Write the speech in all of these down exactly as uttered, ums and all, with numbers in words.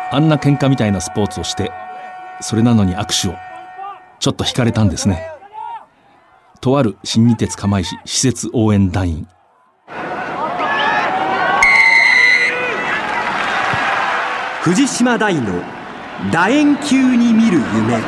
あんな喧嘩みたいなスポーツをして、それなのに握手を。ちょっと惹かれたんですね。とある新日鉄釜石施設応援団員。 藤島大の楕円球に見る夢。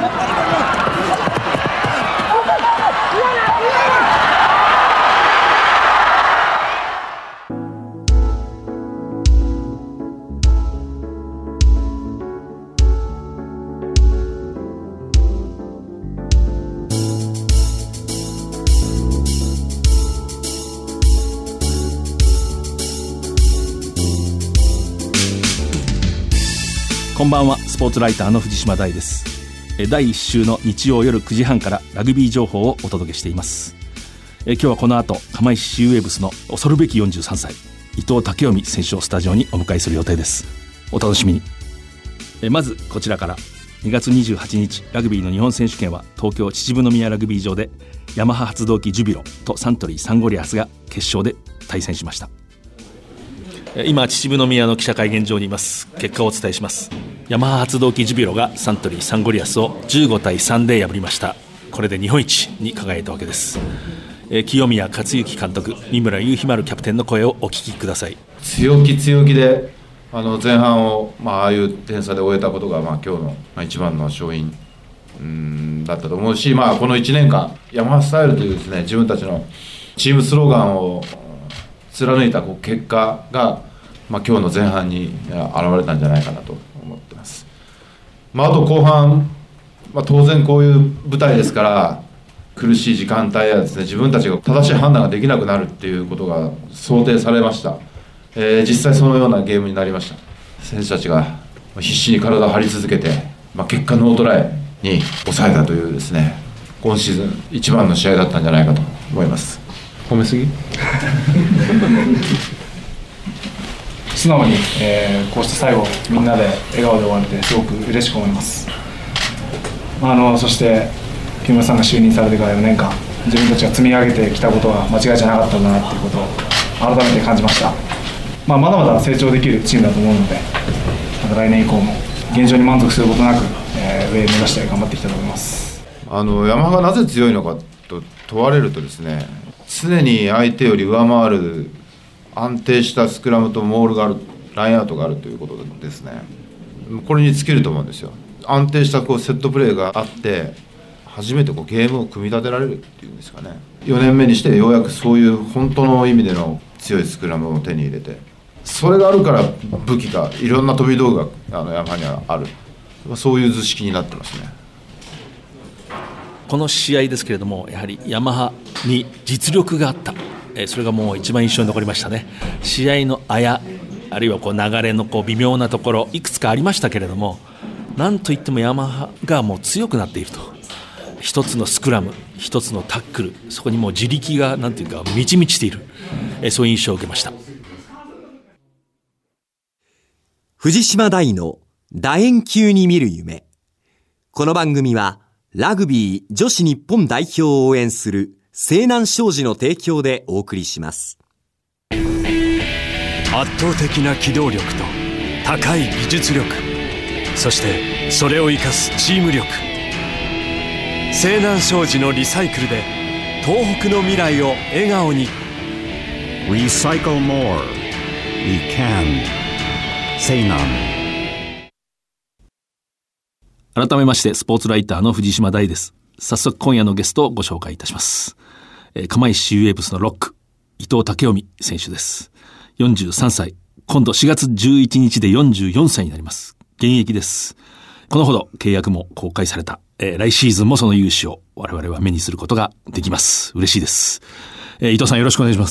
こんばんは、スポーツライターの藤島大です。だいいっ週の日曜夜くじはんからラグビー情報をお届けしています。今日はこの後、釜石シーウェーブスの恐るべきよんじゅうさんさい伊藤武臣選手をスタジオにお迎えする予定です。お楽しみに。まずこちらから。にがつにじゅうはちにち、ラグビーの日本選手権は東京秩父宮ラグビー場でヤマハ発動機ジュビロとサントリーサンゴリアスが決勝で対戦しました。今秩父宮の記者会見場にいます。結果をお伝えします。ヤマハ発動機ジュビロがサントリーサンゴリアスをじゅうごたいさんで破りました。これで日本一に輝いたわけです。え清宮克幸監督、三村雄飛丸キャプテンの声をお聞きください。 強気強気であの前半を、まあ、ああいう点差で終えたことが、まあ、今日の、まあ、一番の勝因うんだったと思うし、まあ、このいちねんかんヤマハスタイルというですね、自分たちのチームスローガンを貫いたこう結果が、まあ、今日の前半に現れたんじゃないかなと思ってます。まあ、あと後半、まあ、当然こういう舞台ですから苦しい時間帯やですね、自分たちが正しい判断ができなくなるっていうことが想定されました。えー、実際そのようなゲームになりました。選手たちが必死に体を張り続けて、まあ、結果ノートライに抑えたというですね、今シーズン一番の試合だったんじゃないかと思います。褒めすぎ素直に、えー、こうして最後みんなで笑顔で終われてすごく嬉しく思います。あのそして木村さんが就任されてからよねんかん、自分たちが積み上げてきたことは間違いじゃなかったんだなっていうことを改めて感じました。まあ、まだまだ成長できるチームだと思うので、また来年以降も現状に満足することなく、えー、上を目指して頑張っていきたいと思います。 あのヤマハがなぜ強いのかと問われるとですね、常に相手より上回る安定したスクラムとモールがある、ラインアウトがあるということですね。これに尽きると思うんですよ。安定したこうセットプレーがあって初めてこうゲームを組み立てられるっていうんですかね。よねんめにしてようやくそういう本当の意味での強いスクラムを手に入れて、それがあるから武器がいろんな飛び道具があのヤマハにはある、そういう図式になってますね。 この試合ですけれども、やはりヤマハに実力があった、えー、それがもう一番印象に残りましたね。試合のあや、あるいはこう流れのこう微妙なところいくつかありましたけれども、なんといってもヤマハがもう強くなっていると。一つのスクラム、一つのタックル、そこにもう自力がなんていうか満ち満ちている、えー、そういう印象を受けました。 藤島大の楕円球に見る夢。この番組はラグビー女子日本代表を応援する西南商事の提供でお送りします。 圧倒的な機動力と高い技術力、そしてそれを生かすチーム力。西南商事のリサイクルで東北の未来を笑顔に。 Recycle more. We can. 西南。 改めましてスポーツライターの藤島大です。早速今夜のゲストをご紹介いたします。えー、釜石シーウェーブスのロック伊藤武臣選手です。よんじゅうさんさい、今度しがつじゅういちにちでよんじゅうよんさいになります。現役です。このほど契約も公開された、えー、来シーズンもその勇姿を我々は目にすることができます。嬉しいです。えー、伊藤さんよろしくお願いします。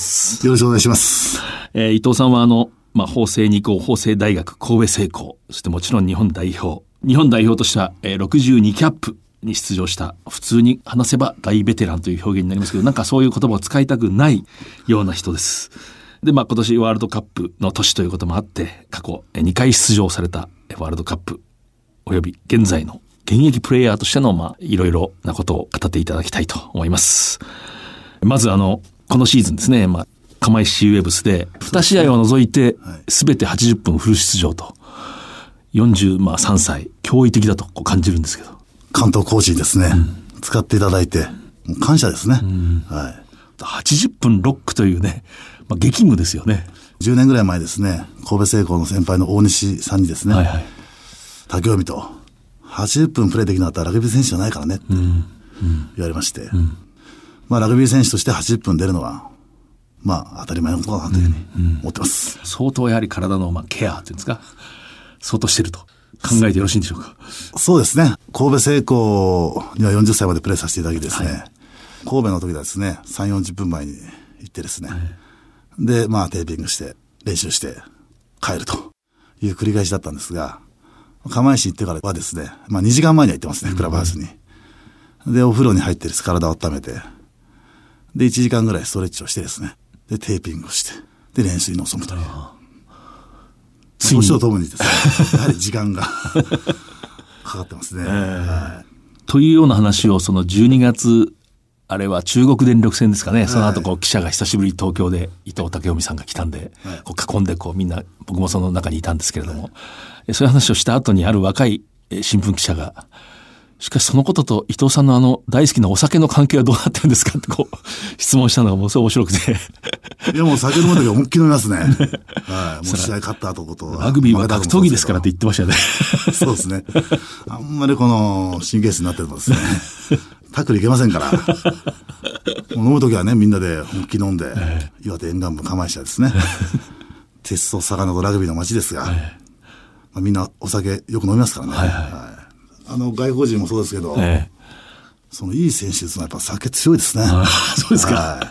よろしくお願いします。 えー、伊藤さんはあの、まあ、法政二高、法政大学、神戸製鋼、そしてもちろん日本代表日本代表としては、えー、ろくじゅうにキャップに出場した、普通に話せば大ベテランという表現になりますけど、なんかそういう言葉を使いたくないような人です。で、まあ今年ワールドカップの年ということもあって、過去にかい出場されたワールドカップおよび現在の現役プレイヤーとしてのまあいろいろなことを語っていただきたいと思います。まずあのこのシーズンですね、まあ釜石シーウェーブスでに試合を除いて全てはちじゅっぷんフル出場とよんじゅうさんさい、驚異的だとこう感じるんですけど。 関東コーチにですね、うん、使っていただいて、もう感謝ですね。うん、はい。 はちじゅっぷんロックというね、まあ、激務ですよね。 じゅうねんぐらい前ですね、神戸製鋼の先輩の大西さんにですね、はいはい、竹臣と、はちじゅっぷんプレーできなかったらラグビー選手じゃないからねって言われまして、うんうん、まあラグビー選手としてはちじゅっぷん出るのは、まあ当たり前のことだなというふうに思ってます。 うんうん、相当やはり体のまあケアっていうんですか、相当してると考えてよろしいんでしょうか。 そうですね。神戸製鋼にはよんじゅっさいまでプレーさせていただきですね、はい、神戸の時はですね、さんじゅっ、よんじゅっぷんまえに行ってですね、はい、で、まあテーピングして練習して帰るという繰り返しだったんですが、釜石行ってからはですね、まあにじかんまえには行ってますね、クラブハウスに。で、お風呂に入ってです、体を温めて、で、いちじかんぐらいストレッチをしてですね、で、テーピングをして、で、練習に臨むという。年をともにですね、やはり時間がかかってますね、えーはい。というような話を、そのじゅうにがつ、あれは中国電力戦ですかね、はい、その後こう記者が久しぶりに東京で伊藤武臣さんが来たんで、はい、こう囲んでこうみんな、僕もその中にいたんですけれども、はい、そういう話をした後にある若い新聞記者が、しかしそのことと伊藤さんのあの大好きなお酒の関係はどうなってるんですかってこう質問したのがものすごい面白くて。 いやもう酒飲むときは思いっきり飲みますね。はい。もう試合勝った後ことは。ラグビーは格闘技ですからって言ってましたよね。 そうですね。あんまりこの神経質になってるとですね、タックルいけませんから。もう飲むときはね、みんなで本気飲んで、えー、岩手沿岸部釜石はですね、鉄と魚とラグビーの街ですが、えーまあ、みんなお酒よく飲みますからね。はいはいはい、あの外国人もそうですけど、ええ、そのいい選手ですのはやっぱ酒強いですね。 そうですか。はい、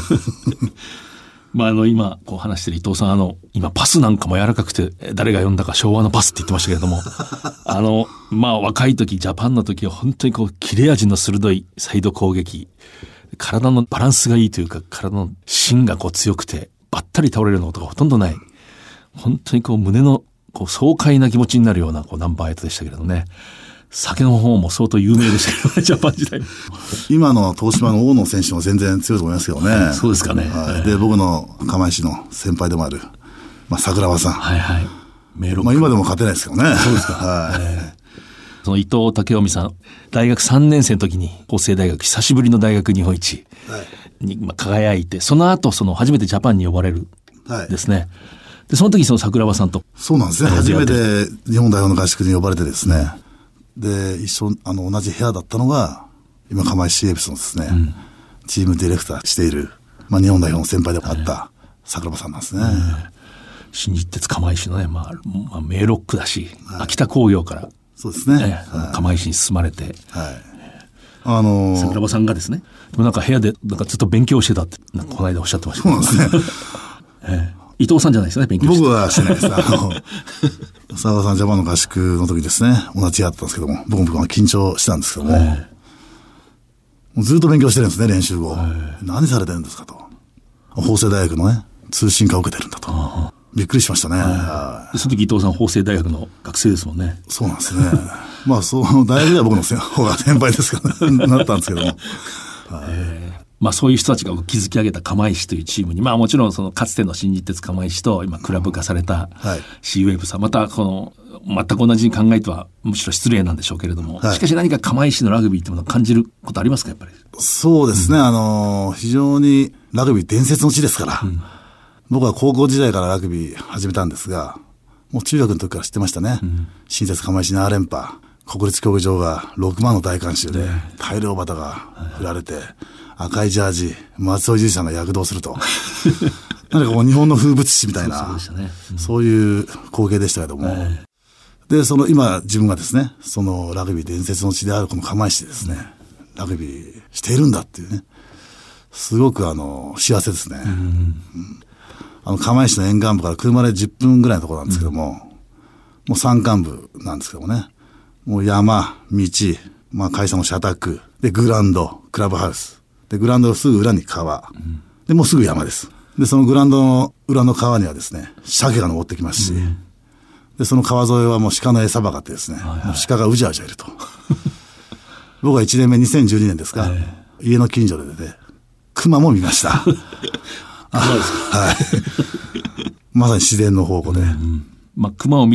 まああの今こう話してる伊藤さん、あの今パスなんかも柔らかくて誰が読んだか昭和のパスって言ってましたけれども、あのまあ若い時ジャパンの時は本当にこう切れ味の鋭いサイド攻撃、体のバランスがいいというか体の芯がこう強くてばったり倒れるようなことがほとんどない、本当にこう胸のこう爽快な気持ちになるようなこうナンバーエイトでしたけれどね。酒の方も相当有名でしたけどね、ジャパン時代。 今の東芝の大野選手も全然強いと思いますけどね。 そうですかね。 はい、で、僕の釜石の先輩でもある、まあ、桜庭さん。はいはい。メロック。まあ、今でも勝てないですけどね。 そうですか。はい。えー、その伊藤武臣さん、大学さんねん生の時に、法政大学、久しぶりの大学日本一に、まあ、輝いて、その後、その初めてジャパンに呼ばれるですね。はい、で、その時その桜庭さんと。 そうなんですね。初めて日本代表の合宿に呼ばれてですね。で、一緒、あの、同じ部屋だったのが、今、釜石シーエプスのですね、うん、チームディレクターしている、まあ、日本代表の先輩でもあった桜庭さんなんですね。 新日鉄釜石のね、まあ、まあ、名ロックだし、はい、秋田工業から、 そうですね。 ね、はい、釜石に進まれて、はい。 あのー、 桜庭さんがですね、でもなんか部屋で、なんかずっと勉強してたって、なんかこの間おっしゃってました。 そうなんですね。 えー伊藤さんじゃないですよね、勉強して。 僕はしてないです。あの、沢田さんジャパンの合宿の時ですね、同じ部屋だったんですけども、僕も僕は緊張してたんですけども、もうずっと勉強してるんですね、練習後。何されてるんですかと。法政大学のね、通信科を受けてるんだと。びっくりしましたね。 その時伊藤さん法政大学の学生ですもんね。 そうなんですね。まあ、その大学では僕の方が先輩ですから、ね、なったんですけども。 まあそういう人たちが築き上げた釜石というチームに、まあもちろんそのかつての新日鉄釜石と今クラブ化されたシーウェーブさん、またこの全く同じに考えてはむしろ失礼なんでしょうけれども、はい、しかし何か釜石のラグビーってものを感じることありますか、やっぱり。 そうですね、うん、あの、非常にラグビー伝説の地ですから、うん、僕は高校時代からラグビー始めたんですが、もう中学の時から知ってましたね。うん、新鉄釜石なな連覇、国立競技場がろくまんの大観衆で大量旗が振られて、赤いジャージ、松尾じいさんが躍動すると。何かこう日本の風物詩みたいな、そうでしたね、うん、そういう光景でしたけども。えー、で、その今自分がですね、そのラグビー伝説の地であるこの釜石でですね、ラグビーしているんだっていうね、すごくあの、幸せですね。うんうん、あの釜石の沿岸部から車でじゅっぷんぐらいのところなんですけども、うん、もう山間部なんですけどもね、もう山、道、まあ会社の社宅、で、グラウンド、クラブハウス。で、グラウンドのすぐ裏に川。うん、で、もうすぐ山です。で、そのグラウンドの裏の川にはですね、鮭が登ってきますし、うん、で、その川沿いはもう鹿の餌場があってですね、はいはい、もう鹿がうじゃうじゃいると。僕はいちねんめにせんじゅうにねんですか、えー、家の近所でね、熊も見ました。そうですか。はい。まさに自然の宝庫で。うん、 まあ、熊を見た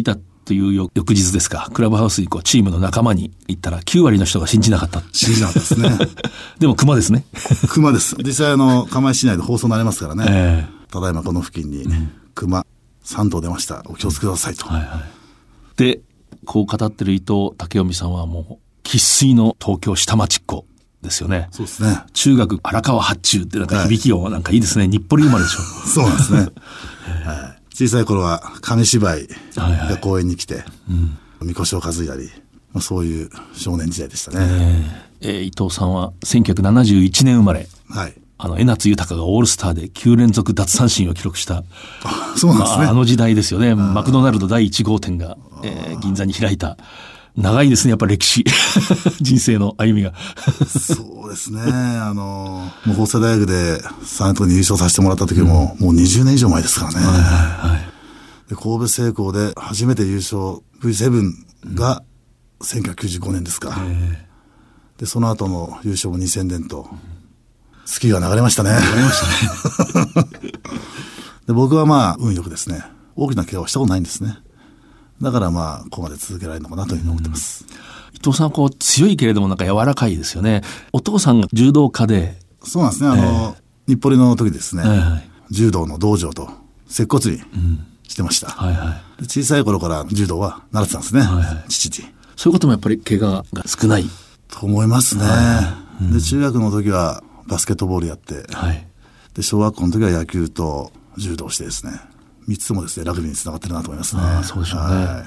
という翌日ですか、クラブハウスにこうチームの仲間に行ったらきゅう割の人が信じなかった。 信じなかったですね。 でも熊ですね。 熊です。実際あの釜石市内で放送になりますからね、えー、ただいまこの付近に熊さん頭出ました、お気をつけくださいと、はいはい、 でこう語ってる伊藤武臣さんはもう生粋の東京下町っ子ですよね。 そうですね。 中学荒川八中ってなんか響きがなんかいいですね、はい、日暮里生まれでしょ。 そうなんですね、はい、小さい頃は紙芝居が公園に来て、はいはい、みこしを担いだり、まあ、そういう少年時代でしたね。 えーえー、伊藤さんはせんきゅうひゃくななじゅういちねん生まれ、 はい、 あの江夏豊がオールスターできゅう連続奪三振を記録した、 あ、そうなんですね、 まあ、あの時代ですよね。マクドナルドだいいち号店が、えー、銀座に開いた長いですね、やっぱり歴史人生の歩みがそうですね。あのもう法政大学でさんねんとに優勝させてもらった時も、うん、もうにじゅうねん以上前ですからね、はいはいはい、で神戸製鋼で初めて優勝 ブイセブン がせんきゅうひゃくきゅうじゅうごねんですか、うん、でその後の優勝もにせんねんと月が流れましたね。流れましたねで僕はまあ運よくですね、大きな怪我をしたことないんですね。だからまあここまで続けられるのかなというふうに思ってます。 伊藤さんこう強いけれどもなんか柔らかいですよね。お父さんが柔道家で。 そうなんですね。あの、えー、日暮里の時ですね、はいはい、柔道の道場と接骨院してました、うんはいはい、で小さい頃から柔道は習ってたんですね、はいはい、父に。 そういうこともやっぱり怪我が少ないと思いますね、はいうん、で中学の時はバスケットボールやって、はい、で小学校の時は野球と柔道してですね、みっつもですねラグビーにつながってるなと思いますね。 あ、そうでしょうね、はい、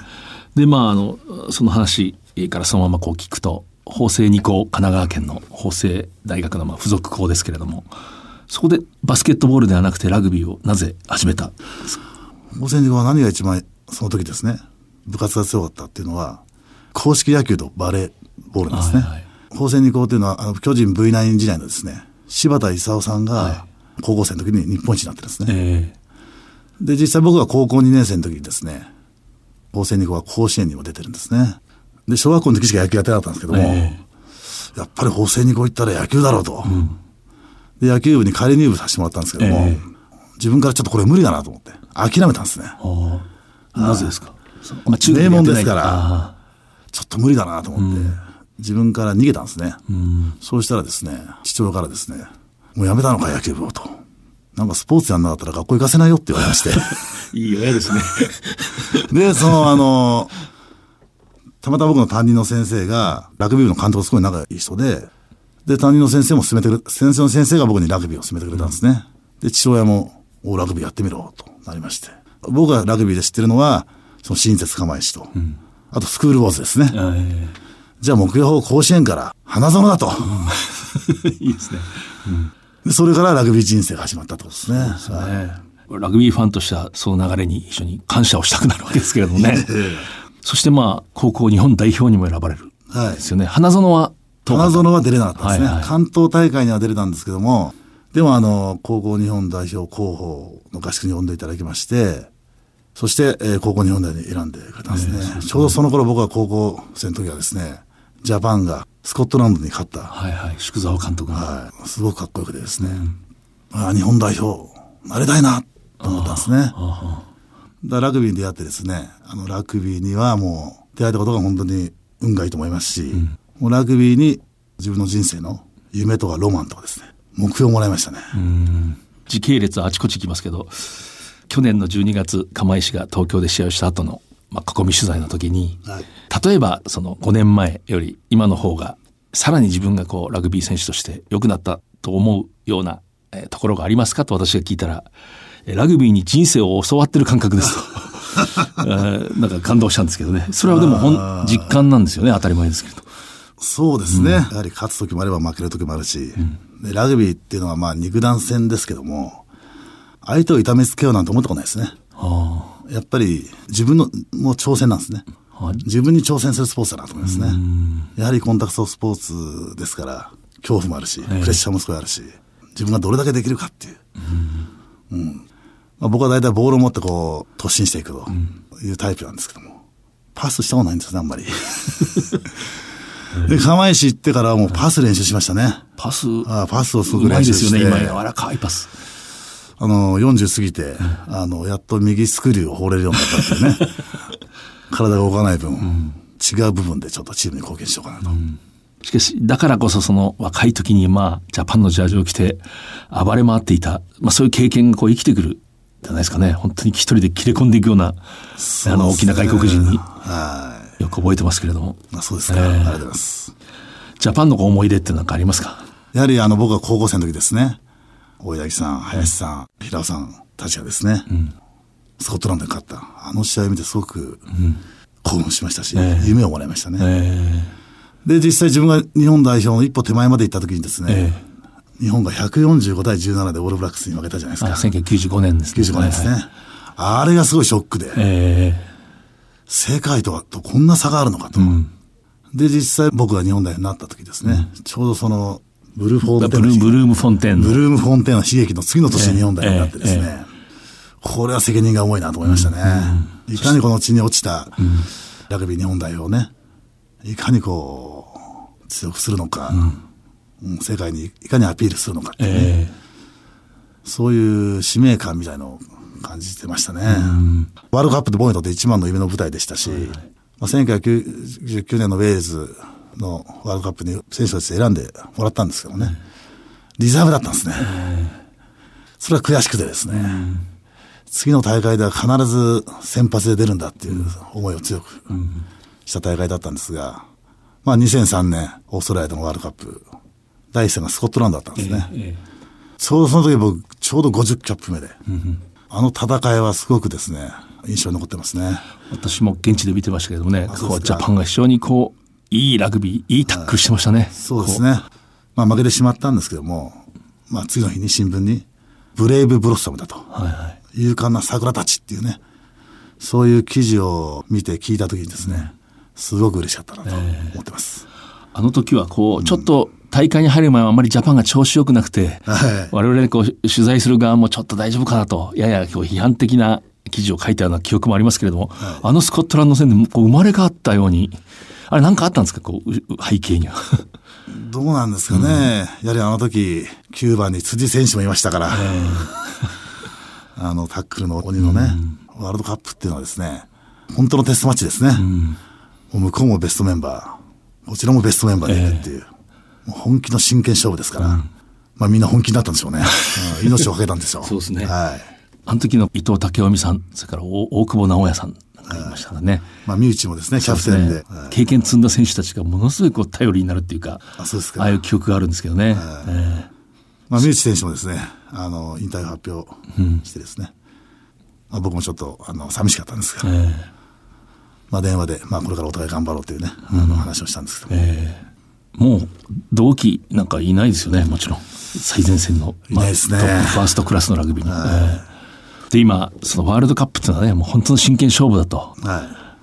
でまああのその話からそのままこう聞くと、法政二高、神奈川県の法政大学のまあ付属校ですけれども、そこでバスケットボールではなくてラグビーをなぜ始めたんですか？ 法政二高は何が一番その時ですね部活が強かったっていうのは硬式野球とバレーボールなんですね、はいはい、法政二高というのはあの巨人 ブイナイン 時代のですね柴田勲さんが高校生の時に日本一になってるんですね、えー、で実際僕が高校にねん生の時にですね法政二高は甲子園にも出てるんですね。で小学校の時しか野球やってなかったんですけども、えー、やっぱり法政二高行ったら野球だろうと、うん、で野球部に仮入部させてもらったんですけども、えー、自分からちょっとこれ無理だなと思って諦めたんですね。 なぜですか？ まあ、名門ですからちょっと無理だなと思って、うん、自分から逃げたんですね、うん、そうしたらですね父親からですね、もうやめたのか野球部をと、なんかスポーツやんなかったら学校行かせないよって言われましていい親ですねでそのあのたまたま僕の担任の先生がラグビー部の監督とすごい仲いい人で、で担任の先生も勧めてくれ、先生の先生が僕にラグビーを勧めてくれたんですね、うん、で父親もおラグビーやってみろとなりまして、僕がラグビーで知ってるのはその新設釜石と、うん、あとスクールウォーズですね、えー、じゃあ目標を甲子園から花園だと、 うん、いいですね、 うん、でそれからラグビー人生が始まったってことですね。そうですね、 はい、ラグビーファンとしてはその流れに一緒に感謝をしたくなるわけですけれどもねそしてまあ高校日本代表にも選ばれるんですよね、はい、花園は花園は出れなかったですね、はいはい、関東大会には出れたんですけども、でもあの高校日本代表候補の合宿に呼んでいただきまして、そして、えー、高校日本代表に選んでくれたんですね、えー、そうですね。ちょうどその頃僕は高校生の時はですねジャパンがスコットランドに勝った、 はいはい、宿沢監督が、 はい、すごくかっこよくてですね、うん、あ日本代表なれたいなと思ったんですね。だラグビーに出会ってですね、あのラグビーにはもう出会えたことが本当に運がいいと思いますし、うん、もうラグビーに自分の人生の夢とかロマンとかですね目標をもらいましたね。 うん、時系列あちこち行きますけど、去年のじゅうにがつ釜石が東京で試合をした後の、まあ、囲み取材の時に、はい、例えばそのごねんまえより今の方がさらに自分がこうラグビー選手として良くなったと思うような、えー、ところがありますかと私が聞いたら、ラグビーに人生を教わってる感覚ですとなんか感動したんですけどね。それはでもほん実感なんですよね。当たり前ですけど。 そうですね、うん、やはり勝つ時もあれば負ける時もあるし、うん、でラグビーっていうのはまあ肉弾戦ですけども、相手を痛めつけようなんて思ったことないですね。はあ、やっぱり自分のもう挑戦なんですね、はあ、自分に挑戦するスポーツだなと思いますね。やはりコンタクトスポーツですから恐怖もあるし、プレッシャーもすごいあるし、自分がどれだけできるかっていう、うんうんまあ、僕は大体ボールを持ってこう突進していくというタイプなんですけども、パスしたことないんですねあんまりで釜石行ってからもうパス練習しましたね。 パスああパスをすごく練習して、 うまいですよね今。柔らかいパスあの、よんじゅう過ぎて、あの、やっと右スクリューを放れるようになったっていうね。体が動かない分、うん、違う部分でちょっとチームに貢献しようかなと。うん、 しかし、だからこそその若い時に、まあ、ジャパンのジャージを着て暴れ回っていた、まあそういう経験がこう生きてくるじゃないですかね。本当に一人で切れ込んでいくような、ね、あの、大きな外国人に、はい。よく覚えてますけれども。 あ、そうですか、えー。ありがとうございます。 ジャパンの思い出って何かありますか？ やはりあの、僕は高校生の時ですね。大八木さん、林さん、平尾さんたちがですね、うん、スコットランドに勝った。あの試合を見てすごく興奮しましたし、えー、夢をもらいましたね、えー。で、実際自分が日本代表の一歩手前まで行った時にですね、えー、日本がひゃくよんじゅうごたいじゅうななでオールブラックスに負けたじゃないですか。 せんきゅうひゃくきゅうじゅうごねんですね。 きゅうじゅうごねんですね。はい、あれがすごいショックで、えー、世界とはとこんな差があるのかと。うん、で、実際僕が日本代表になった時ですね、うん、ちょうどその、ブルーフォンテンのブルームフォンテンブルームフォンテンの悲劇の次の年に日本代表になってですね、えーえー、これは責任が重いなと思いましたね。うん、いかにこの地に落ちたラグビー日本代表をね、いかにこう強くするのか、うん、世界にいかにアピールするのかっていうね、えー、そういう使命感みたいのを感じてましたね。うん、ワールドカップって僕にとって一番の夢の舞台でしたし、はいはい、まあ、せんきゅうひゃくきゅうじゅうきゅうねんのウェールズのワールドカップに選手として選んでもらったんですけどね、リザーブだったんですね。それは悔しくてですね、次の大会では必ず先発で出るんだっていう思いを強くした大会だったんですが、まあにせんさんねんオーストラリアでのワールドカップ第一戦がスコットランドだったんですね。ちょうどその時僕ちょうどごじゅっキャップ目で、あの戦いはすごくですね印象に残ってますね。 私も現地で見てましたけどもね、こうジャパンが非常にこういいラグビー、いいタックルしてましたね。 そうですね。まあ負けてしまったんですけども、まあ次の日に新聞に、ブレイブブロッサムだと。はいはい、勇敢な桜たちっていうね、そういう記事を見て聞いたときにですね、すごく嬉しかったなと思ってます。 えー、あの時はこう、ちょっと大会に入る前はあまりジャパンが調子良くなくて、はい、我々こう取材する側もちょっと大丈夫かなと、ややこう批判的な記事を書いたような記憶もありますけれども、はい、あのスコットランド戦でこう生まれ変わったように、あれ何かあったんですか、こう背景には。 どうなんですかね、うん、やはりあの時きゅうばんに辻選手もいましたから、えー、あのタックルの鬼のね、うん、ワールドカップっていうのはですね本当のテストマッチですね、うん、もう向こうもベストメンバーこちらもベストメンバーでいるっていう、えー、もう本気の真剣勝負ですから、うん、まあみんな本気になったんでしょうね、うん、命をかけたんでしょう。 そうですね、 はい、 あの時の伊藤武臣さん、それから大久保直也さんなんかいましたからね。はい、 まあ、身内もですね、キャプテンで。でね、 はい、経験積んだ選手たちがものすごいこう頼りになるっていうか、 あ、そうですか。 ああいう記憶があるんですけどね。はい、えー、まあ、身内選手もですね、あの、引退を発表してですね、うん、まあ、僕もちょっと、あの、寂しかったんですが、えー、まあ、電話で、まあ、これからお互い頑張ろうというね、うん、あの話をしたんですけども。えー、もう、同期なんかいないですよね、もちろん。最前線の。 いないですね。 まあ、トップファーストクラスのラグビーに。はい、えー、で、今、そのワールドカップっていうのはね、もう本当の真剣勝負だと。はい、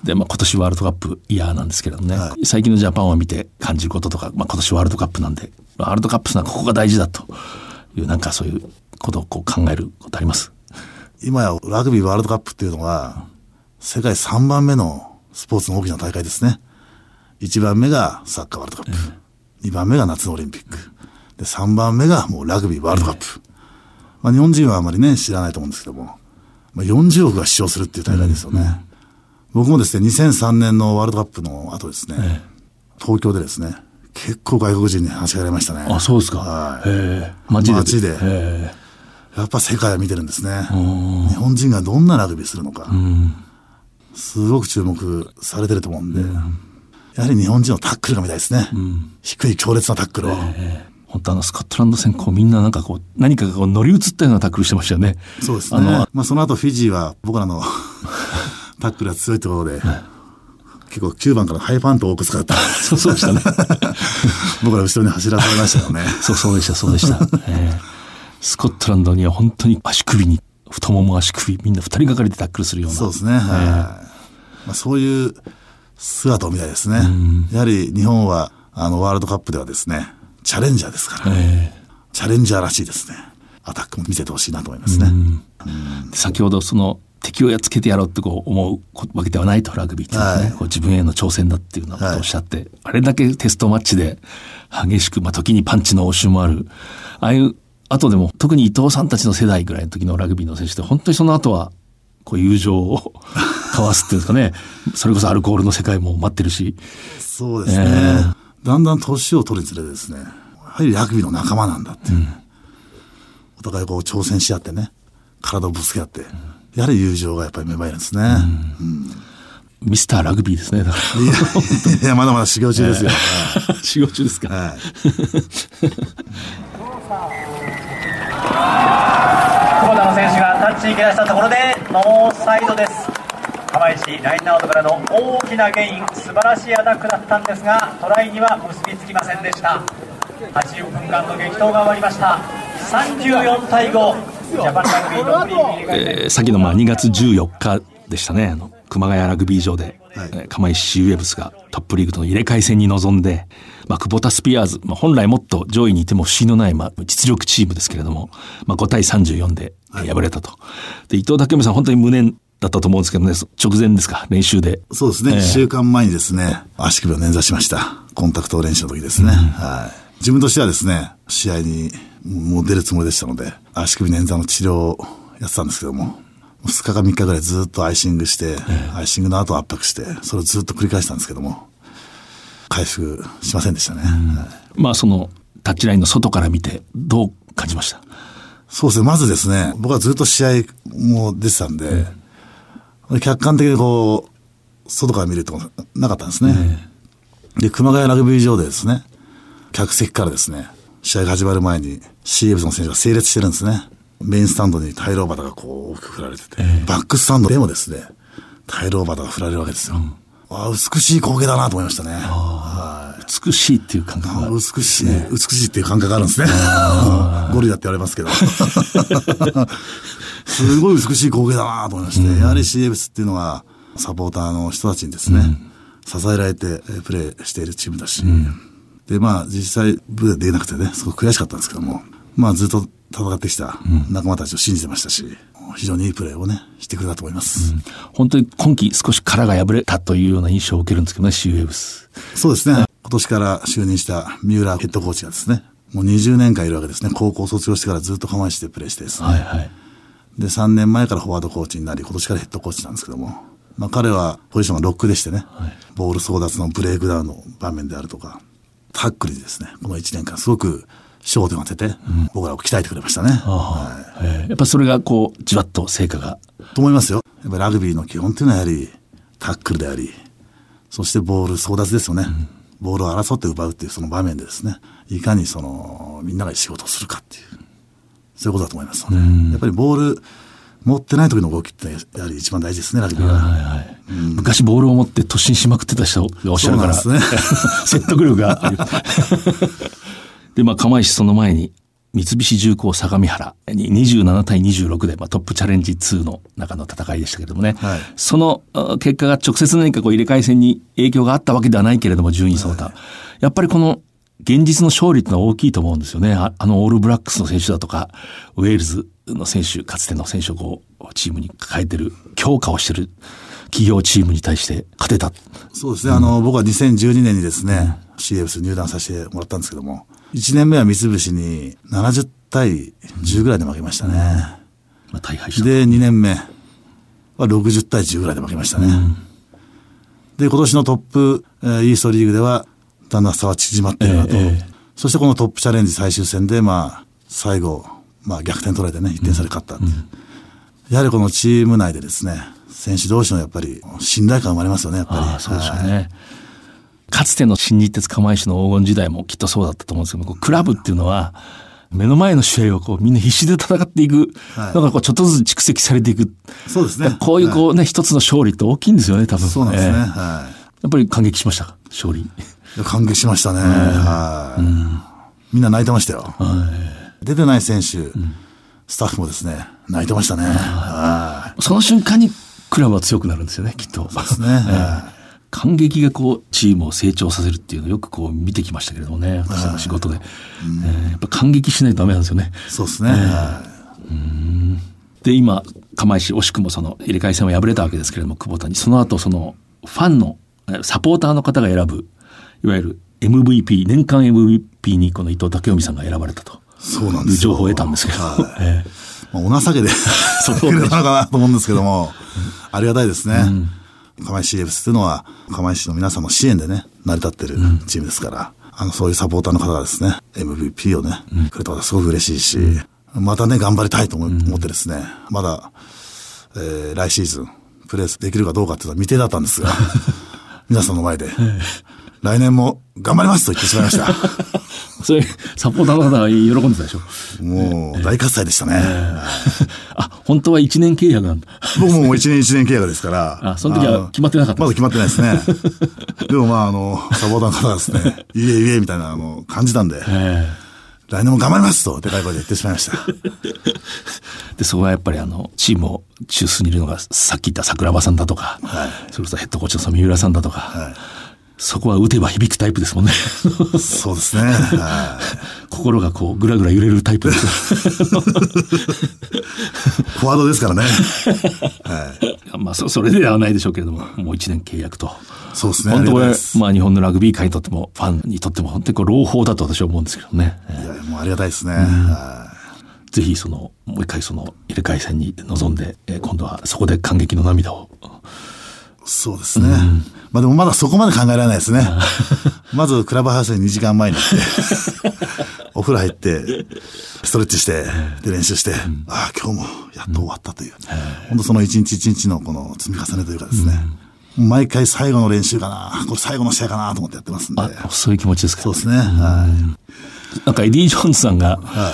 で、まあ、今年ワールドカップイヤーなんですけれどもね、はい、最近のジャパンを見て感じることとか、まあ、今年ワールドカップなんで、ワールドカップってのはここが大事だという、なんかそういうことをこう考えることあります？ 今やラグビーワールドカップっていうのは、世界さんばんめのスポーツの大きな大会ですね。いちばんめがサッカーワールドカップ、うん、にばんめが夏のオリンピック、でさんばんめがもうラグビーワールドカップ、うん、まあ、日本人はあまりね知らないと思うんですけども、まあ、よんじゅうおくが視聴するっていう大会ですよね。うんうん、僕もですねにせんさんねんのワールドカップの後ですね、ええ、東京でですね結構外国人に話しかけられましたね。 あ、そうですか。 はい。 へー、街で。 街で。へー、やっぱ世界は見てるんですね。日本人がどんなラグビーするのか、うん、すごく注目されてると思うんで、うん、やはり日本人のタックルが見たいですね。うん、低い強烈なタックルを。 へー、本当あのスコットランド戦こうみんななんかこう何かがこう乗り移ったようなタックルしてましたよね。 そうですね。あの、まあ、その後フィジーは僕らのタックルが強いところで、はい、結構きゅうばんからハイパントを多く使った。 そうそうでしたね。 僕ら後ろに走らされましたよね。 そうそうでした、そうでした。えー、スコットランドには本当に足首に、太もも足首、みんな二人がかりでタックルするような。 そうですね。はい。えー、まあ、そういう姿を見たいですね。やはり日本は、あの、ワールドカップではですね、チャレンジャーですから、えー、チャレンジャーらしいですね。アタックも見せてほしいなと思いますね。うん、 先ほどその敵をやっつけてやろうってこう思うわけではないと、ラグビーっていうのはね、はい、こう自分への挑戦だっていうようなことをおっしゃって、はい、あれだけテストマッチで激しく、まあ、時にパンチの応酬もある、ああいう後でも特に伊藤さんたちの世代ぐらいの時のラグビーの選手って本当にその後はこう友情を交わすっていうんですかね。それこそアルコールの世界も待ってるし。 そうですね。えー、だんだん年を取るにつれてですね、やはりラグビーの仲間なんだっていう、うん、お互いこう挑戦し合ってね、体をぶつけ合って、うん、やはり友情がやっぱり芽生えるんですね。うんうん、 ミスターラグビーですね。だからいやいやまだまだ修行中ですよ。 えー、修行中ですか。はい久保田の選手がタッチに蹴らしたところでノーサイドです。釜石ラインアウトからの大きなゲイン、素晴らしいアタックだったんですがトライには結びつきませんでした。はちじゅっぷんかんの激闘が終わりました。さんじゅうよんたいご、ジャパンラグビーのフリーリーグ、 えー、先のまあにがつじゅうよっかでしたね。あの熊谷ラグビー場で、はい、釜石シーウェブスがトップリーグとの入れ替え戦に臨んで、まあ、久保田スピアーズ、まあ、本来もっと上位にいても不思議のない、まあ、実力チームですけれども、まあ、ごたいさんじゅうよんで敗れたと。はい、で伊藤武美さん本当に無念だったと思うんですけどね、直前ですか、練習で。 そうですね、えー、いっしゅうかんまえにですね、足首を捻挫しました。コンタクト練習の時ですね。うん、はい。自分としてはですね、試合にもう出るつもりでしたので、足首捻挫の治療をやってたんですけども、ふつかかみっかぐらいずっとアイシングして、えー、アイシングの後圧迫して、それをずっと繰り返したんですけども、回復しませんでしたね。うんはい、まあそのタッチラインの外から見てどう感じました？ そうですね、まずですね、僕はずっと試合も出てたんで、うん、客観的にこう外から見るとなかったんですね。うん、で熊谷ラグビー場でですね、客席からですね、試合が始まる前に シーエフ の選手が整列してるんですね。メインスタンドにタイローバタがこう大きく振られてて、えー、バックスタンドでもですね、タイローバタが振られるわけですよ。うん、あ、美しい光景だなと思いましたね。はい、 美しいっていう感覚が、 美しい、ね、美しいっていう感覚があるんですね。ゴリラって言われますけど。すごい美しい光景だなと思いまして、うん、やはり シーエフ っていうのはサポーターの人たちにですね、うん、支えられてプレーしているチームだし、うん、で、まあ実際部でできなくてね、すごく悔しかったんですけども、まあずっと戦ってきた仲間たちを信じてましたし、うん、非常にいいプレーをね、してくれたと思います。うん、 本当に今季少し殻が破れたというような印象を受けるんですけどね、シーウェブス。 そうですね。今年から就任した三浦ヘッドコーチがですね、もうにじゅうねんかんいるわけですね。高校卒業してからずっと釜石でプレーしてですね。はいはい。で、さんねんまえからフォワードコーチになり、今年からヘッドコーチなんですけども、まあ彼はポジションがロックでしてね、はい、ボール争奪のブレイクダウンの場面であるとか、タックルにですね、このいちねんかんすごく焦点を当てて、うん、僕らを鍛えてくれましたね。 はい、やっぱそれがこうじわっと成果がと思いますよ。やっぱりラグビーの基本というのはやはりタックルであり、そしてボール争奪ですよね。うん、ボールを争って奪うっていうその場面でですね、いかにそのみんなが仕事をするかっていう、そういうことだと思いますので、うん、やっぱりボール持ってない時の動きってやはり一番大事ですね、ラグビーは。はいはい、 うん、昔ボールを持って突進しまくってた人がおっしゃるから、そうなんですね、説得力がある。で、まあ、釜石その前に、三菱重工相模原ににじゅうななたいにじゅうろくで、まあ、トップチャレンジツーの中の戦いでしたけれどもね、はい、その結果が直接何かこう入れ替え戦に影響があったわけではないけれども、順位その他、はい、やっぱりこの現実の勝利ってのは大きいと思うんですよね。あ, あのオールブラックスの選手だとか、ウェールズの選手、かつての選手をこうチームに抱えてる、強化をしてる企業チームに対して勝てた。 そうですね、うん、あの僕はにせんじゅうにねんにですね、うん、シーエフ 入団させてもらったんですけども、いちねんめは三菱にななじゅうたいじゅうぐらいで負けましたね。うん、まあ、大敗した。 で、にねんめはろくじゅうたいじゅうぐらいで負けましたね。うん、で、今年のトップ、えー、イーストリーグでは、だんだん差は縮まっているなと。えーえー、そしてこのトップチャレンジ最終戦で、まあ、最後、まあ逆転取られてね、いってん差で勝ったっていう。うん、やはりこのチーム内でですね、選手同士のやっぱり信頼感生まれますよね、やっぱり。 ああ、そうですよね。はい、かつての新日鉄釜石の黄金時代もきっとそうだったと思うんですけど、クラブっていうのは目の前の試合をこうみんな必死で戦っていく、はい、だからこうちょっとずつ蓄積されていく。 そうですね。 こういうこうね、はい、一つの勝利って大きいんですよね、多分。 そうなんですね。えー、はい。 やっぱり感激しましたか、勝利。 感激しましたね。はい、うん。みんな泣いてましたよ。はい、出てない選手、うん、スタッフもですね、泣いてましたね。はい。 その瞬間にクラブは強くなるんですよね、きっと。 そうですね。はい、 感激がこうチームを成長させるっていうのをよくこう見てきましたけれどもね、私の仕事で、うんえー、やっぱ感激しないとダメなんですよね。 そうですね。えー、 うんで今釜石惜しくもその入れ替え戦は敗れたわけですけれども、久保田にその後そのファンのサポーターの方が選ぶいわゆる エムブイピー 年間 エムブイピー にこの伊藤武臣さんが選ばれたと。 そうなんですよ。 情報を得たんですけど。 はいえまあ、お情けでくれたのかなと思うんですけども、ありがたいですね。うん釜石 シーエフエス というのは釜石の皆さんの支援でね成り立ってるチームですから、うん、あのそういうサポーターの方がですね エムブイピー をね、うん、くれたことはすごく嬉しいし、うん、またね頑張りたいと思ってですね、うん、まだ、えー、来シーズンプレーできるかどうかっていうのは未定だったんですが皆さんの前で来年も頑張りますと言ってしまいましたそれサポーターの方が喜んでたでしょ。 もう大喝采でしたね、えー、 あ本当はいちねん契約なんだ。 僕ももういちねんいちねん契約ですからあその時は決まってなかった。 まだ決まってないですねでもまああのサポーターの方がですねいえいえみたいなあの感じたんで、えー、来年も頑張りますとでかい声で言ってしまいましたでそこはやっぱりあのチームを中枢にいるのがさっき言った桜庭さんだとか、はい、それこそヘッドコーチの三浦さんだとか、はいそこは打てば響くタイプですもんねそうですね、はい、 心がこうぐらぐら揺れるタイプですフォワードですからね、 はい、まあ そ, それではないでしょうけれどももういちねん契約とそうですね本当これ、まあ、日本のラグビー界にとってもファンにとっても本当にこう朗報だと私は思うんですけどね。 いやもうありがたいですね、はい、ぜひそのもう一回その入れ替え戦に臨んで、えー、今度はそこで感激の涙を。 そうですね、うん、まあでもまだそこまで考えられないですねまずクラブハウスににじかんまえに行ってお風呂入ってストレッチしてで練習して、うん、ああ今日もやっと終わったという、うん、本当その一日一日のこの積み重ねというかですね、うん、毎回最後の練習かなこれ最後の試合かなと思ってやってますんで。 あそういう気持ちですか。 そうですね、はい、 なんかエディ・ジョーンズさんが、はい、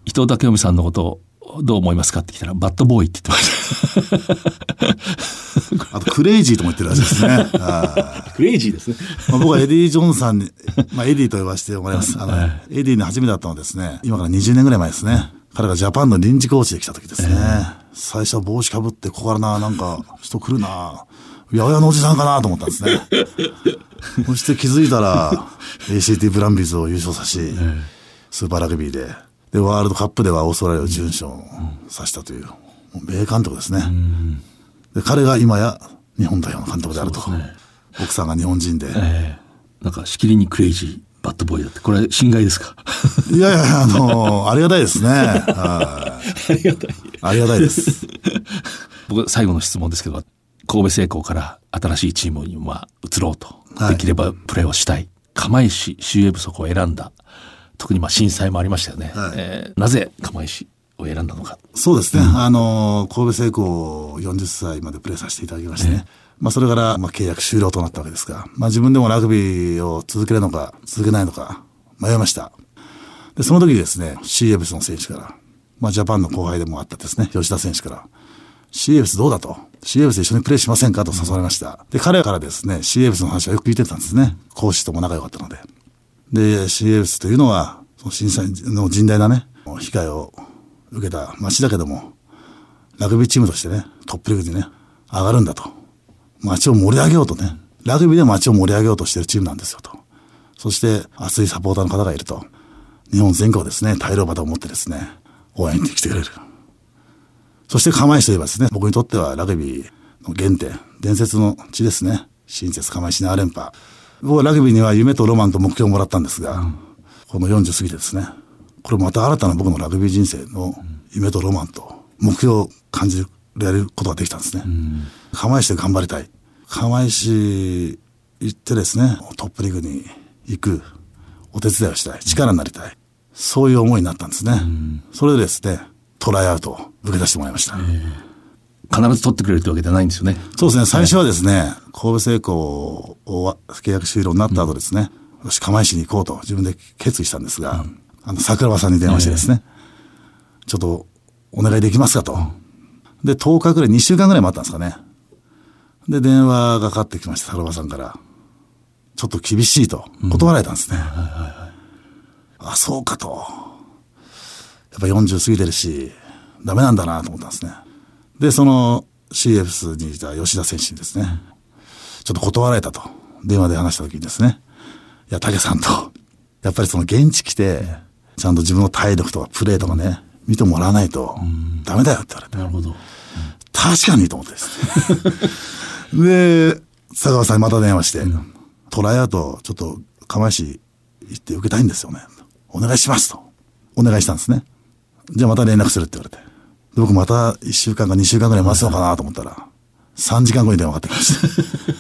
伊藤武臣さんのことをどう思いますかって聞いたらバッドボーイって言ってましたあとクレイジーとも言ってるらしいですねクレイジーですね、 まあ、僕はエディ・ジョーンズさんに、まあ、エディと呼ばせてもらいますあの、はい、エディに初めて会ったのはですね今からにじゅうねんぐらい前ですね。彼がジャパンの臨時コーチで来た時ですね、えー、最初は帽子かぶってここからななんか人来るな八百屋のおじさんかなと思ったんですねそして気づいたら エーシーティー ブランビーズを優勝さし、えー、スーパーラグビーででワールドカップではオーストラリアを準優勝させたという、もう名監督ですね。で彼が今や日本代表の監督であると、ね、奥さんが日本人で、 えー、なんかしきりにクレイジーバッドボーイだってこれ心外ですか。 いやいやあのー、ありがたいですねありがたいありがたいです僕最後の質問ですけど神戸製鋼から新しいチームにまあ移ろうと、はい、できればプレーをしたい釜石シーエフエスを選んだ特にまあ震災もありましたよね、はいえー、なぜ釜石を選んだのか。 そうですね、うん、あの神戸製鋼よんじゅっさいまでプレーさせていただきましてね、ねまあ、それからまあ契約終了となったわけですが、まあ、自分でもラグビーを続けるのか続けないのか迷いました。でその時ですね シーエフエス の選手から、まあ、ジャパンの後輩でもあったですね吉田選手から シーエフエス どうだと シーエフエス で一緒にプレーしませんかと誘われました。で彼からですね シーエフエス の話はよく聞いてたんですね。講師とも仲良かったので。で シーエフエス というのはその震災の甚大なね被害を受けた町だけどもラグビーチームとしてねトップリーグにね上がるんだと町を盛り上げようとねラグビーで町を盛り上げようとしているチームなんですよと。そして熱いサポーターの方がいると日本全国ですね大漁旗を持ってですね応援に来てくれる。そして釜石といえばですね僕にとってはラグビーの原点伝説の地ですね。新設釜石なな連覇。僕はラグビーには夢とロマンと目標をもらったんですが、うん、このよんじゅう過ぎてですねこれまた新たな僕のラグビー人生の夢とロマンと目標を感じられることができたんですね、うん、釜石で頑張りたい。釜石行ってですねトップリーグに行くお手伝いをしたい力になりたい、そういう思いになったんですね、うん、それでですねトライアウトを受け出してもらいました。 必ず取ってくれるというわけではないんですよね。 そうですね最初はですね、はい、神戸製鋼を契約終了になった後ですね、うん、よし釜石に行こうと自分で決意したんですが、うん、あの桜庭さんに電話してですね、えー、ちょっとお願いできますかと。でとおかぐらいにしゅうかんぐらい待ったんですかね。で電話がかかってきました桜庭さんからちょっと厳しいと断られたんですね、うんはいはいはい、あそうかとやっぱよんじゅう過ぎてるしダメなんだなと思ったんですね。でその シーエフエス にいた吉田選手にですねちょっと断られたと電話で話した時にですねいや武さんとやっぱりその現地来てちゃんと自分の体力とかプレーとかね見てもらわないとダメだよって言われて、 なるほど、うん、 確かにと思ってですねで佐川さんにまた電話して、うん、トライアウトちょっと釜石行って受けたいんですよねお願いしますとお願いしたんですね。じゃあまた連絡するって言われて。で僕またいっしゅうかんかにしゅうかんぐらい待つのかなと思ったら、さんじかんごに電話がかかってきました。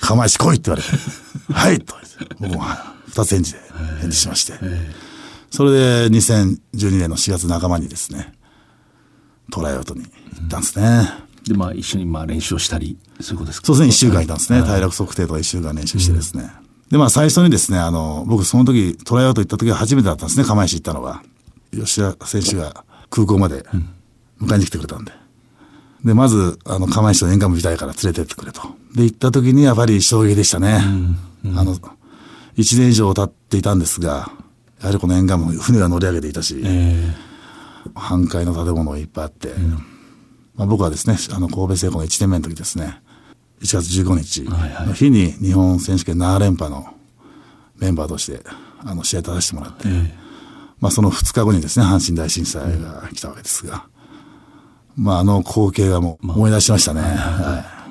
釜石来いって言われて、はいと僕も二つ返事で返事しまして。それでにせんじゅうにねんのしがつなかばにですね、トライアウトに行ったんですね。 で、まあ一緒にまあ練習をしたり、そういうことですか？ そうですね、いっしゅうかんいたんですね。体力測定とかいっしゅうかん練習してですね。うん、で、まあ最初にですね、あの、僕その時、トライアウト行った時は初めてだったんですね、釜石行ったのは。吉田選手が空港まで迎えに来てくれたんで。で、まず、あの、釜石の沿岸部見たいから連れてってくれと。で、行った時にやっぱり衝撃でしたね。うんうん、あの、いちねん以上経っていたんですが、やはりこの沿岸部、船が乗り上げていたし、えー、半壊の建物がいっぱいあって、うんまあ、僕はですね、あの、神戸製鋼のいちねんめの時ですね、いちがつじゅうごにちの日に日本選手権なな連覇のメンバーとして、あの、試合に立たせてもらって、えー、まあ、そのふつかごにですね、阪神大震災が来たわけですが、うん、まあ、あの光景がもう思い出しましたね。まあはいうん、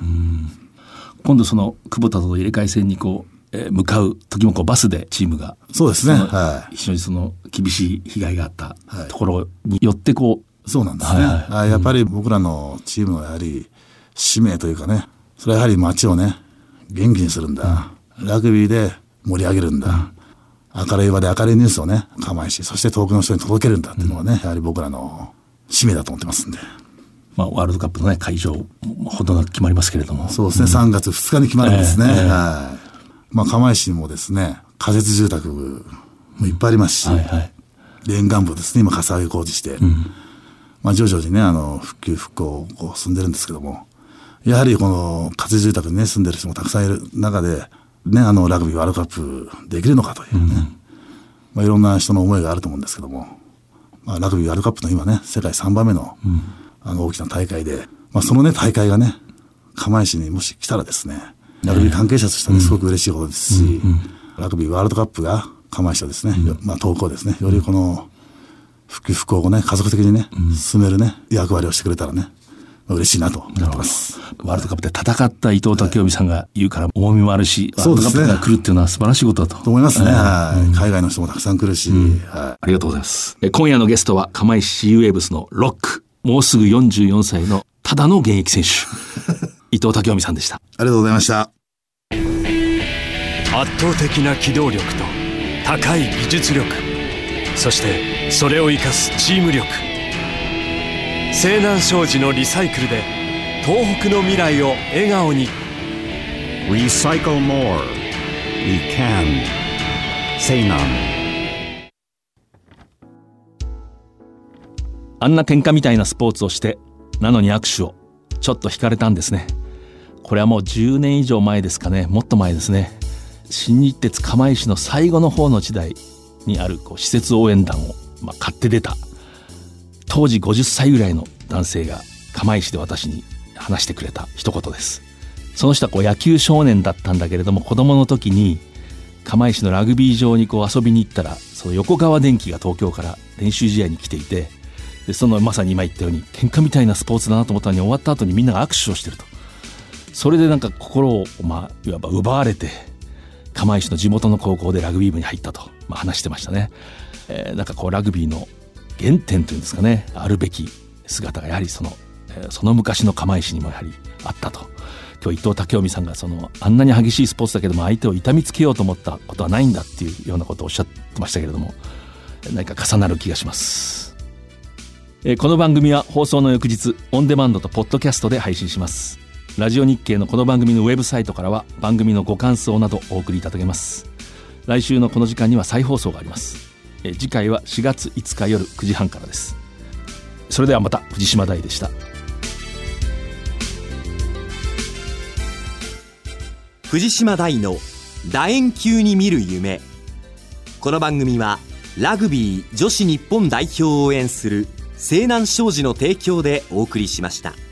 今度その、久保田と入れ替え戦にこう、えー、向かう時もこうバスでチームが。 そうですね。はい。 非常にその厳しい被害があったところによってこう。 そうなんですね。はいはい、やっぱり僕らのチームのやはり使命というかね、それはやはり街をね、元気にするんだ。うん、ラグビーで盛り上げるんだ。うん、明るい場で明るいニュースをね、構えし、そして遠くの人に届けるんだっていうのはね、うん、やはり僕らの使命だと思ってますんで。 まあ、ワールドカップのね、会場、ほどなく決まりますけれども。 そうですね、うん、さんがつふつかに決まるんですね。えーえー、はい。まあ、釜石にもですね、仮設住宅もいっぱいありますし、うんはいはい、沿岸部ですね、今、かさ上げ工事して、うん、まあ、徐々にね、あの、復旧復興をこう進んでるんですけども、やはりこの仮設住宅にね、住んでる人もたくさんいる中で、ね、あの、ラグビーワールドカップできるのかというね、うん、まあ、いろんな人の思いがあると思うんですけども、まあ、ラグビーワールドカップの今ね、世界さんばんめの、うん、あの、大きな大会で、まあ、そのね、大会がね、釜石にもし来たらですね、ラグビー関係者としてはすごく嬉しいことですし、うんうん、ラグビーワールドカップが釜石とですね、うん、まあ東京ですね、よりこの復旧復興をね、家族的にね、うん、進めるね、役割をしてくれたらね、まあ、嬉しいなと思ってます。 ワールドカップで戦った伊藤武臣さんが言うから重みもあるし、ワールドカップが来るっていうのは素晴らしいことだと。 と思いますね。はい、うん、海外の人もたくさん来るし、うんはい、ありがとうございます。え今夜のゲストは釜石シーウェーブスのロック、もうすぐよんじゅうよんさいのただの現役選手、伊藤武臣さんでした。 ありがとうございました。 圧倒的な機動力と高い技術力、そしてそれを生かすチーム力。西南商事のリサイクルで東北の未来を笑顔に。 Recycle more. We can. 西南。 あんな喧嘩みたいなスポーツをしてなのに握手をちょっと惹かれたんですね。これはもうじゅうねん以上前ですかね。もっと前ですね。新日鉄釜石の最後の方の時代にあるこう施設応援団を、まあ、買って出た当時ごじゅっさいぐらいの男性が釜石で私に話してくれた一言です。その人はこう野球少年だったんだけれども、子供の時に釜石のラグビー場にこう遊びに行ったら、その横川電機が東京から練習試合に来ていて、でそのまさに今言ったように喧嘩みたいなスポーツだなと思ったのに、終わった後にみんなが握手をしてると。それでなんか心を、まあ、いわば奪われて釜石の地元の高校でラグビー部に入ったと、まあ、話してましたね。えー、なんかこうラグビーの原点というんですかね、あるべき姿がやはりその、えー、その昔の釜石にもやはりあったと。今日伊藤武臣さんがそのあんなに激しいスポーツだけども相手を痛みつけようと思ったことはないんだっていうようなことをおっしゃってましたけれども、何か重なる気がします。えー、この番組は放送の翌日オンデマンドとポッドキャストで配信します。ラジオ日経のこの番組のウェブサイトからは番組のご感想などお送りいただけます。来週のこの時間には再放送があります。え次回はしがついつか夜くじはんからです。それではまた。藤島大でした。 藤島大の楕円球に見る夢。この番組はラグビー女子日本代表を応援する西南商事の提供でお送りしました。